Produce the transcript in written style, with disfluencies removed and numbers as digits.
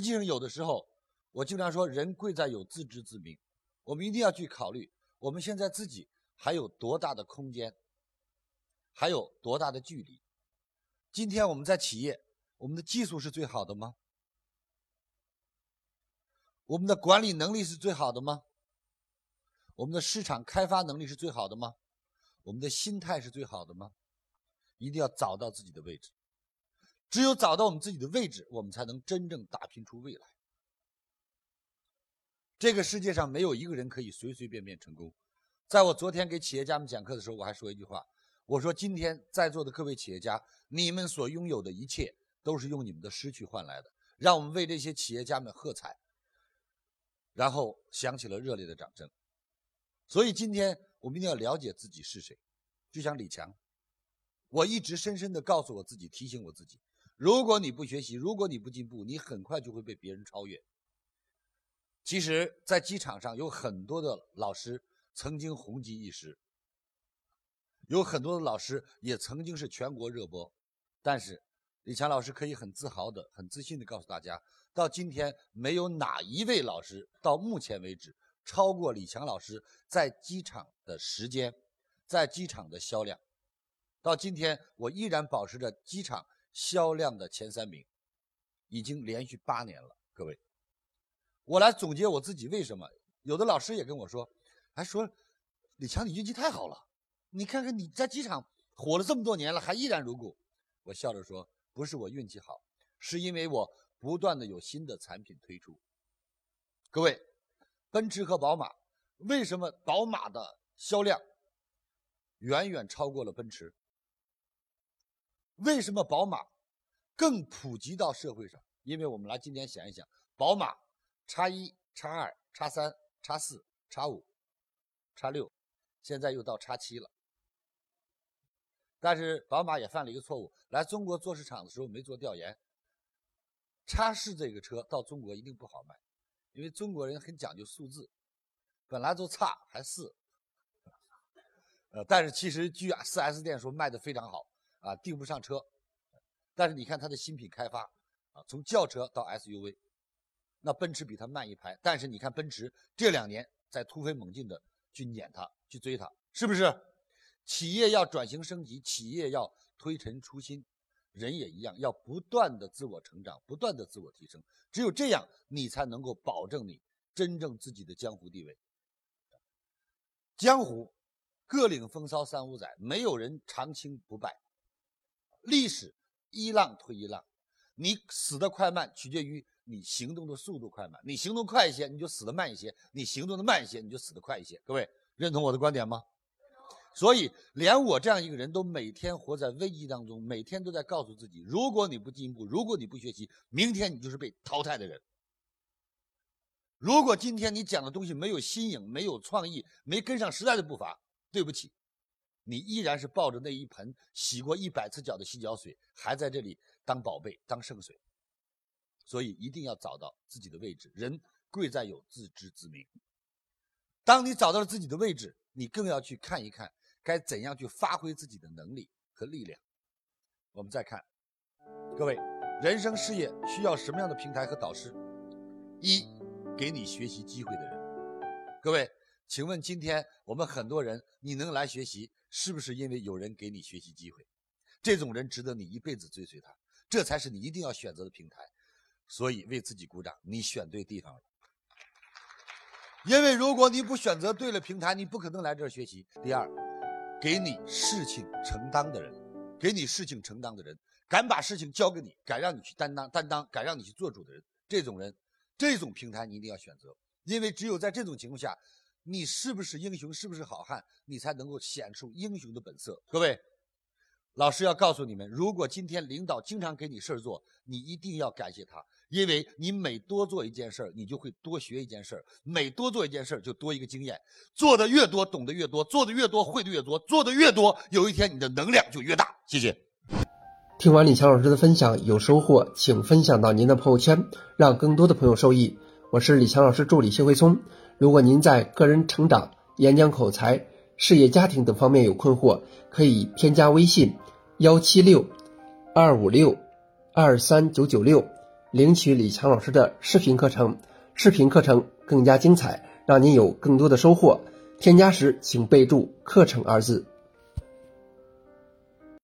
实际上有的时候我经常说人贵在有自知之明，我们一定要去考虑我们现在自己还有多大的空间，还有多大的距离。今天我们在企业，我们的技术是最好的吗？我们的管理能力是最好的吗？我们的市场开发能力是最好的吗？我们的心态是最好的吗？一定要找到自己的位置，只有找到我们自己的位置，我们才能真正打拼出未来。这个世界上没有一个人可以随随便便成功。在我昨天给企业家们讲课的时候，我还说一句话，我说今天在座的各位企业家，你们所拥有的一切都是用你们的失去换来的，让我们为这些企业家们喝彩。然后响起了热烈的掌声。所以今天我们一定要了解自己是谁。就像李强，我一直深深地告诉我自己，提醒我自己，如果你不学习，如果你不进步，你很快就会被别人超越。其实在机场上有很多的老师曾经红极一时，有很多的老师也曾经是全国热播，但是李强老师可以很自豪的、很自信的告诉大家，到今天没有哪一位老师到目前为止超过李强老师在机场的时间，在机场的销量。到今天我依然保持着机场销量的前3名，已经连续8年了。各位，我来总结我自己为什么。有的老师也跟我说，还说李强你运气太好了，你看看你在机场火了这么多年了，还依然如故。我笑着说，不是我运气好，是因为我不断的有新的产品推出。各位，奔驰和宝马，为什么宝马的销量远远超过了奔驰？为什么宝马更普及到社会上？因为我们来今天想一想，宝马X1、X2、X3、X4、X5、X6，现在又到X7了。但是宝马也犯了一个错误，来中国做市场的时候没做调研。X4这个车到中国一定不好卖，因为中国人很讲究数字，本来都X还4，但是其实据4S 店说卖的非常好啊，订不上车。但是你看它的新品开发啊，从轿车到 SUV， 那奔驰比它慢一拍。但是你看奔驰这2年在突飞猛进的去撵它，去追它，是不是？企业要转型升级，企业要推陈出新，人也一样，要不断的自我成长，不断的自我提升。只有这样，你才能够保证你真正自己的江湖地位。江湖各领风骚3、5载，没有人长青不败。历史一浪推一浪，你死得快慢取决于你行动的速度快慢。你行动快一些，你就死得慢一些；你行动的慢一些，你就死得快一些。各位认同我的观点吗？所以连我这样一个人都每天活在危机当中，每天都在告诉自己，如果你不进步，如果你不学习，明天你就是被淘汰的人。如果今天你讲的东西没有新颖，没有创意，没跟上时代的步伐，对不起，你依然是抱着那一盆洗过100次脚的洗脚水，还在这里当宝贝当圣水。所以一定要找到自己的位置，人贵在有自知之明。当你找到了自己的位置，你更要去看一看该怎样去发挥自己的能力和力量。我们再看，各位，人生事业需要什么样的平台和导师？一，给你学习机会的人。各位，请问今天我们很多人，你能来学习，是不是因为有人给你学习机会？这种人值得你一辈子追随他，这才是你一定要选择的平台。所以为自己鼓掌，你选对地方了。因为如果你不选择对了平台，你不可能来这儿学习。第二，给你事情承担的人，给你事情承担的人，敢把事情交给你，敢让你去担当，敢让你去做主的人，这种人，这种平台你一定要选择。因为只有在这种情况下，你是不是英雄，是不是好汉，你才能够显出英雄的本色。各位，老师要告诉你们，如果今天领导经常给你事儿做，你一定要感谢他，因为你每多做一件事儿，你就会多学一件事儿，每多做一件事儿就多一个经验，做的越多懂得越多，做的越多会的越多，做的越多有一天你的能量就越大。谢谢。 听完李强老师的分享有收获，请分享到您的朋友圈，让更多的朋友受益。我是李强老师助理谢慧聪。如果您在个人成长、演讲口才、事业家庭等方面有困惑，可以添加微信176-256-23996， 领取李强老师的视频课程，视频课程更加精彩，让您有更多的收获。添加时请备注课程2字。